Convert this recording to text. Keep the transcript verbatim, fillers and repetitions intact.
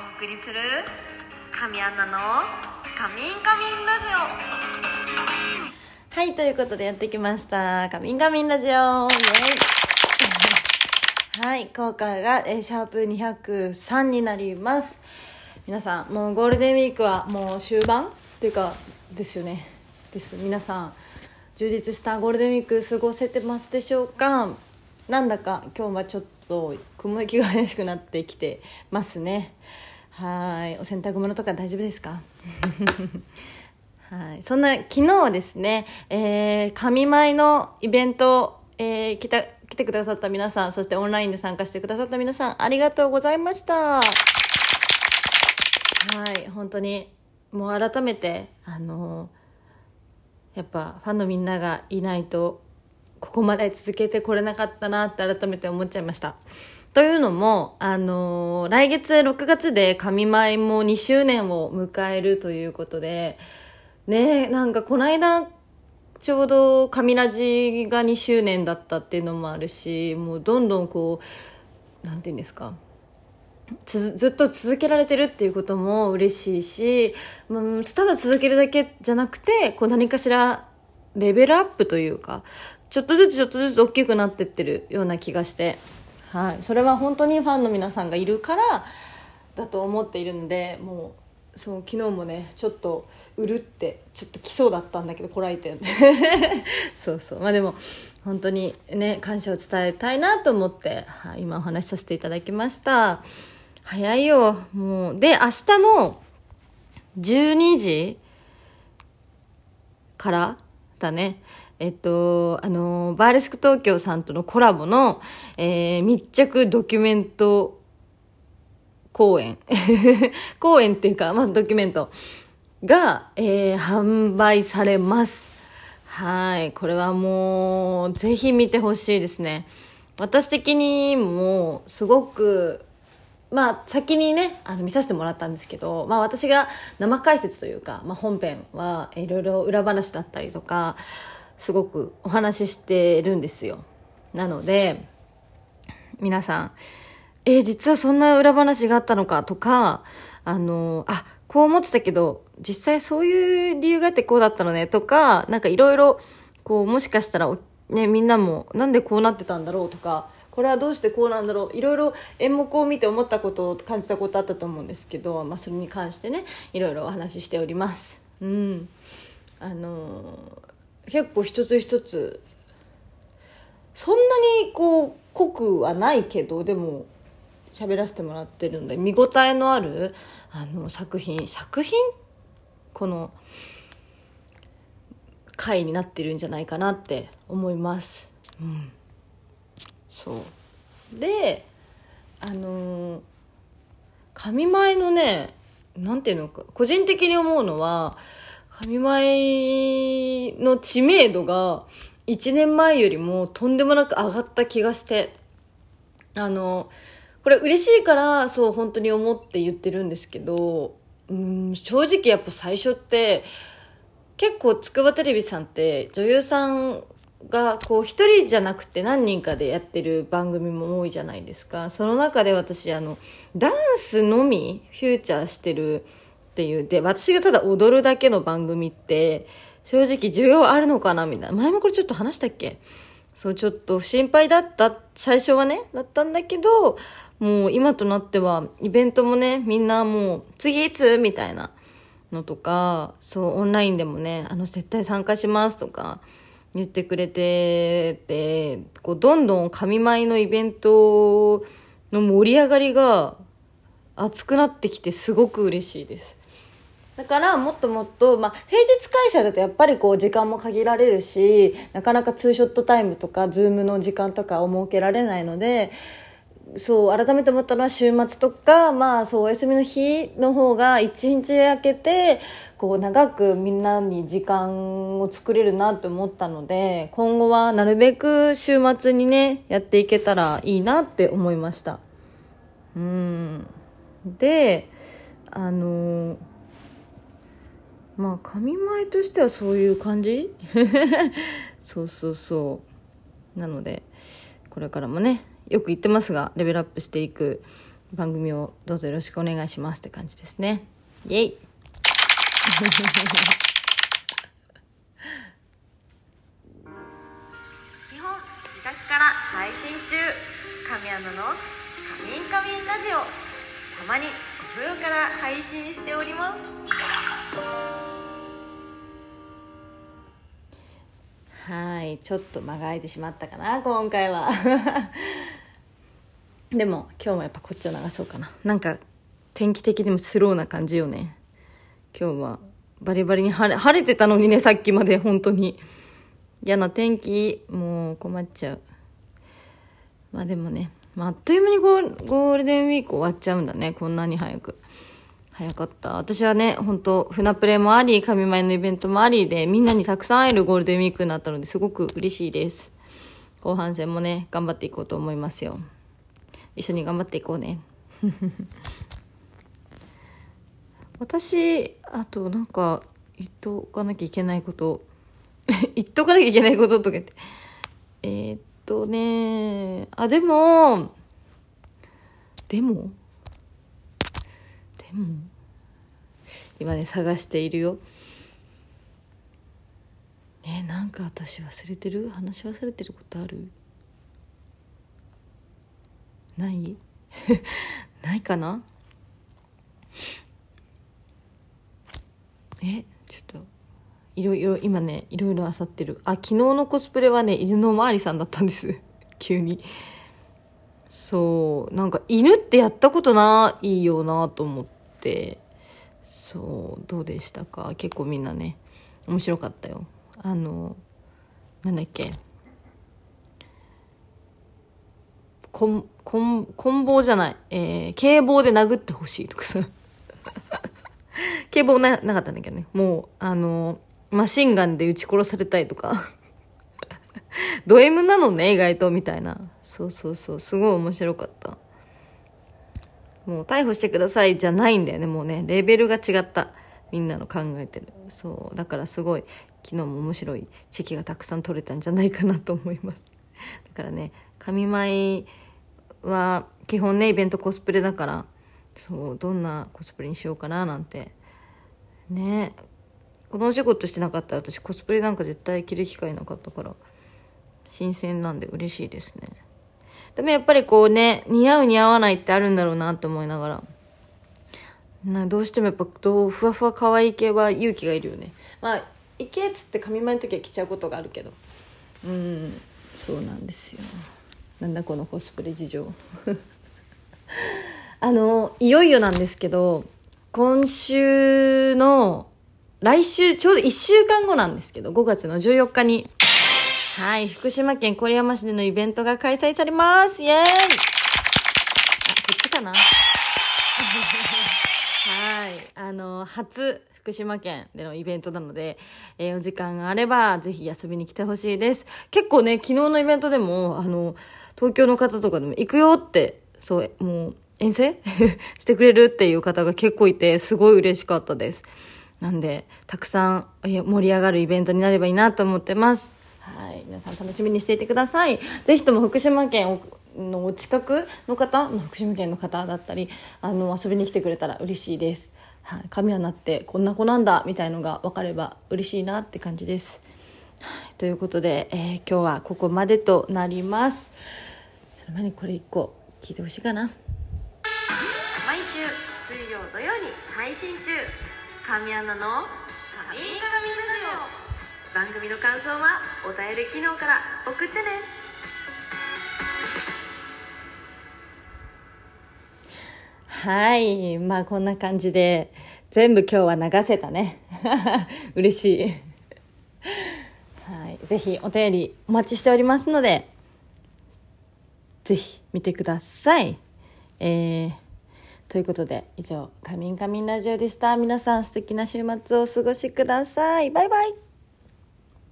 お送りする神アナのカミンカミンラジオ。はい、ということでやってきましたカミンカミンラジオ、イエイはい、今回が、えー、シャープにひゃくさんになります。皆さん、もうゴールデンウィークはもう終盤っていうかですよね。です皆さん充実したゴールデンウィーク過ごせてますでしょうか。なんだか今日はちょっと雲行きが怪しくなってきてますね。はい、お洗濯物とか大丈夫ですかはい、そんな昨日はですね、えー、神舞のイベント、えー、来た来てくださった皆さん、そしてオンラインで参加してくださった皆さん、ありがとうございました。はい、本当にもう改めてあのやっぱファンのみんながいないとここまで続けてこれなかったなって改めて思っちゃいました。というのも、あのー、来月ろくがつで神舞もにしゅうねんを迎えるということでね、なんかこの間ちょうど神ラジがにしゅうねんだったっていうのもあるし、もうどんどんこうなんていうんですか、つずっと続けられてるっていうことも嬉しいし、うん、ただ続けるだけじゃなくてこう何かしらレベルアップというか、ちょっとずつちょっとずつ大きくなってってるような気がして、はい、それは本当にファンの皆さんがいるからだと思っているので、もうそう昨日もねちょっとうるってちょっと来そうだったんだけどこらえてそうそう、まあでも本当にね感謝を伝えたいなと思って、はい、今お話しさせていただきました。早いよもう。で明日のじゅうにじからだね、えっとあのバーレスク東京さんとのコラボの、えー、密着ドキュメント公演公演っていうか、まあ、ドキュメントが、えー、販売されます。はい、これはもうぜひ見てほしいですね。私的にもすごくまあ先にねあの見させてもらったんですけど、まあ私が生解説というか、まあ、本編はいろいろ裏話だったりとかすごくお話ししてるんですよ。なので皆さん、えー、実はそんな裏話があったのかとか、あのあこう思ってたけど実際そういう理由があってこうだったのねとか、なんかいろいろこうもしかしたらねみんなもなんでこうなってたんだろうとか、これはどうしてこうなんだろう、いろいろ演目を見て思ったことを感じたことあったと思うんですけど、まあ、それに関してねいろいろお話ししております。うん、あのー、結構一つ一つそんなにこう濃くはないけど、でも喋らせてもらってるので見応えのあるあの作品作品この回になってるんじゃないかなって思います。うん、そうであのー、神舞のねなんていうのか、個人的に思うのは神舞の知名度がいちねんまえよりもとんでもなく上がった気がして、あのこれ嬉しいからそう本当に思って言ってるんですけど、うーん正直やっぱ最初って結構筑波テレビさんって女優さんがこう一人じゃなくて何人かでやってる番組も多いじゃないですか。その中で私あのダンスのみフューチャーしてるっていうで、私がただ踊るだけの番組って正直需要あるのかなみたいな、前もこれちょっと話したっけ、そうちょっと心配だった最初はねだったんだけど、もう今となってはイベントもねみんなもう次いつみたいなのとか、そうオンラインでもねあの絶対参加しますとか言ってくれてて、こうどんどん神舞のイベントの盛り上がりが熱くなってきてすごく嬉しいです。だからもっともっと、まあ、平日開催だとやっぱりこう時間も限られるし、なかなかツーショットタイムとかズームの時間とかを設けられないので、そう改めて思ったのは週末とか、まあ、そうお休みの日の方が一日空けてこう長くみんなに時間を作れるなと思ったので、今後はなるべく週末にねやっていけたらいいなって思いました。うんであのまあ神前としてはそういう感じそうそうそうなのでこれからもねよく言ってますがレベルアップしていく番組をどうぞよろしくお願いしますって感じですね。イエイ基本自宅から配信中、神アナのカミンカミンラジオ、たまにお風呂から配信しております。 はい、ちょっと間が空いてしまったかな今回はでも今日もやっぱこっちを流そうかな。なんか天気的にもスローな感じよね。今日はバリバリに晴れ、晴れてたのにね、さっきまで本当に嫌な天気、もう困っちゃう。まあでもね、まあ、あっという間にゴー、ゴールデンウィーク終わっちゃうんだね。こんなに早く。早かった。私はね、本当船プレもあり、神前のイベントもありで、みんなにたくさん会えるゴールデンウィークになったのですごく嬉しいです。後半戦もね、頑張っていこうと思いますよ。一緒に頑張っていこうね。私、あとなんか言っとかなきゃいけないこと言っとかなきゃいけないこととか言って。えー、っとね、あ、でも、でも、でも、今ね、探しているよ。え、なんか私忘れてる？話し忘れてることある？ないないかな。え、ちょっといろいろ今ね、いろいろ漁ってる。あ、昨日のコスプレはね、犬のおまわりさんだったんです急に。そう、なんか犬ってやったことないよなと思って。そう、どうでしたか？結構みんなね、面白かったよ。あのなんだっけ、こんこん棍棒じゃない、えー、警棒で殴ってほしいとかさ警棒 な, なかったんだけどね、もうあのマシンガンで撃ち殺されたいとかド M なのね意外とみたいな。そうそうそう、すごい面白かった。もう逮捕してくださいじゃないんだよね。もうね、レベルが違った、みんなの考えてる。そうだからすごい昨日も面白いチェキがたくさん取れたんじゃないかなと思います。だからね、神舞は基本ねイベントコスプレだから、そうどんなコスプレにしようかななんてね。このお仕事してなかったら私コスプレなんか絶対着る機会なかったから新鮮なんで嬉しいですね。でもやっぱりこうね、似合う似合わないってあるんだろうなと思いながら、などうしてもやっぱどうふわふわ可愛い系は勇気がいるよね。まあいけっつって神前の時は着ちゃうことがあるけど、うん、そうなんですよ。なんだこのコスプレ事情あのいよいよなんですけど、今週の来週ちょうどいっしゅうかんごなんですけど、ごがつのじゅうよっかに、はい、福島県郡山市でのイベントが開催されます。イエーイ。あ、こっちかなはい、あの初福島県でのイベントなので、えー、お時間があればぜひ遊びに来てほしいです。結構ね、昨日のイベントでもあの東京の方とかでも行くよって、そうもう遠征してくれるっていう方が結構いて、すごい嬉しかったです。なんでたくさん盛り上がるイベントになればいいなと思ってます。はい、皆さん楽しみにしていてください。ぜひとも福島県のお近くの方、福島県の方だったり、あの遊びに来てくれたら嬉しいです。はい、神アナってこんな子なんだみたいのが分かれば嬉しいなって感じです。はい、ということで、えー、今日はここまでとなります。それまでにこれ一個聞いてほしいかな。 毎週水曜土曜に配信中、神アナの神々ラジオ。番組の感想はお便り機能から送ってね。 はい、まあこんな感じで全部今日は流せたね嬉しいはい、ぜひお便りお待ちしておりますので、ぜひ見てください。えー、ということで以上、カミンカミンラジオでした。皆さん素敵な週末をお過ごしください。バイバイ。